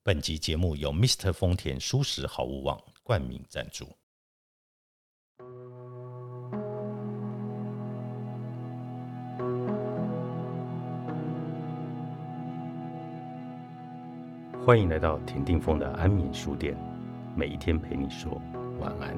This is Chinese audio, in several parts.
本集节目由 Mr. 丰田蔬食好物网冠名赞助。欢迎来到田定峰的安眠书店，每一天陪你说晚安。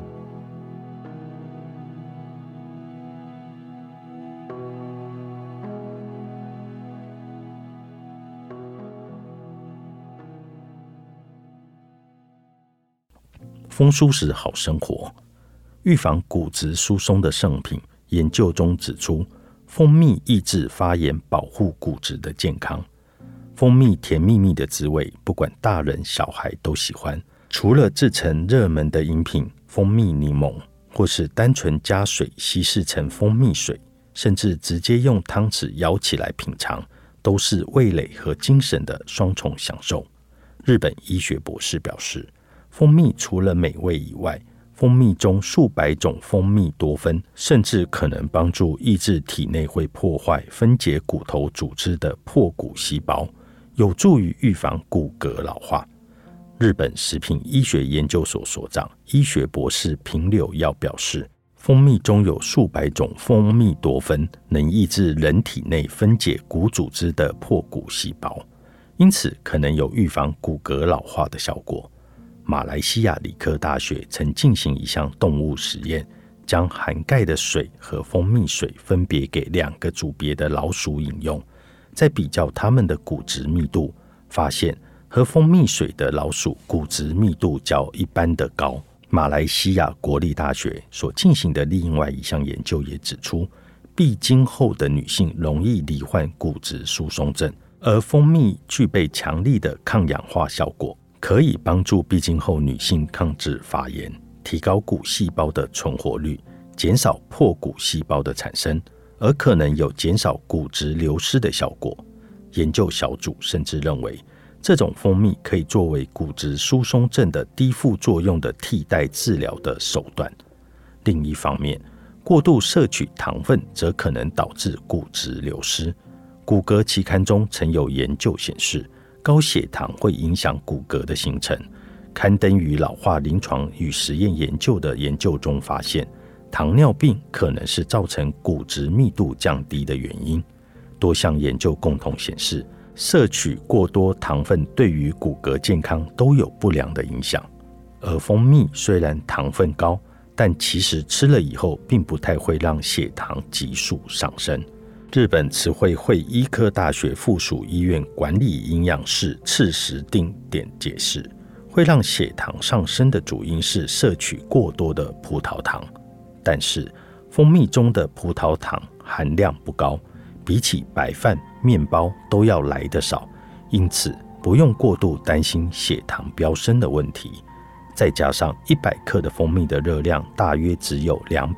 丰蔬食好生活，预防骨质疏松的圣品。研究中指出，蜂蜜抑制发炎，保护骨质的健康。蜂蜜甜蜜蜜的滋味，不管大人小孩都喜欢。除了制成热门的饮品蜂蜜柠檬，或是单纯加水稀释成蜂蜜水，甚至直接用汤匙舀起来品尝，都是味蕾和精神的双重享受。日本医学博士表示，蜂蜜除了美味以外，蜂蜜中数百种蜂蜜多酚甚至可能帮助抑制体内会破坏分解骨头组织的破骨细胞，有助于预防骨骼老化。日本食品医学研究所所长、医学博士平柳耀表示，蜂蜜中有数百种蜂蜜多酚，能抑制人体内分解骨组织的破骨细胞，因此可能有预防骨骼老化的效果。马来西亚理科大学曾进行一项动物实验，将含钙的水和蜂蜜水分别给2个组别的老鼠饮用，在比较它们的骨质密度，发现喝蜂蜜水的老鼠骨质密度较一般的高。马来西亚国立大学所进行的另外一项研究也指出，闭经后的女性容易罹患骨质疏松症，而蜂蜜具备强力的抗氧化效果，可以帮助闭经后女性抗制发炎，提高骨细胞的存活率，减少破骨细胞的产生，而可能有减少骨质流失的效果。研究小组甚至认为，这种蜂蜜可以作为骨质疏松症的低副作用的替代治疗的手段。另一方面，过度摄取糖分则可能导致骨质流失。骨骼期刊中曾有研究显示，高血糖会影响骨骼的形成。刊登于老化临床与实验研究的研究中发现，糖尿病可能是造成骨质密度降低的原因。多项研究共同显示，摄取过多糖分对于骨骼健康都有不良的影响。而蜂蜜虽然糖分高，但其实吃了以后并不太会让血糖急速上升。日本慈惠会医科大学附属医院管理营养室赤石定典解释，会让血糖上升的主因是摄取过多的葡萄糖，但是蜂蜜中的葡萄糖含量不高，比起白饭、面包都要来得少，因此不用过度担心血糖飙升的问题。再加上100克的蜂蜜的热量大约只有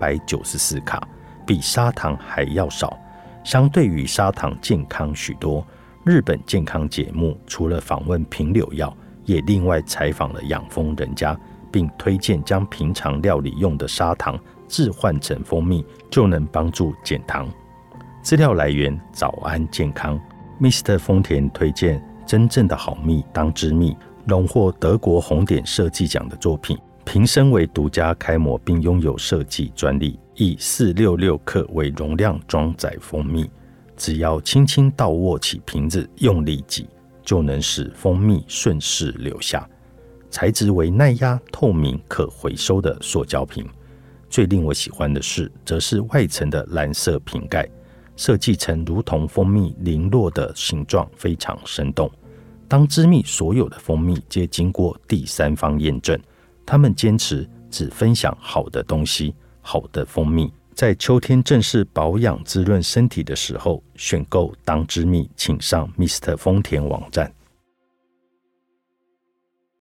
294卡，比砂糖还要少，相对于砂糖健康许多。日本健康节目除了访问平柳耀，也另外采访了养蜂人家，并推荐将平常料理用的砂糖置换成蜂蜜，就能帮助减糖。资料来源：早安健康。Mr. 丰田推荐真正的好蜜当之蜜，荣获德国红点设计奖的作品，瓶身为独家开模并拥有设计专利，以466克为容量装载蜂蜜，只要轻轻倒握起瓶子，用力挤，就能使蜂蜜顺势流下。材质为耐压、透明、可回收的塑胶瓶。最令我喜欢的是，则是外层的蓝色瓶盖，设计成如同蜂蜜零落的形状，非常生动。当之蜜所有的蜂蜜皆经过第三方验证，他们坚持只分享好的东西，好的蜂蜜。在秋天正是保养滋润身体的时候，选购当之蜜，请上 Mr. 丰田网站。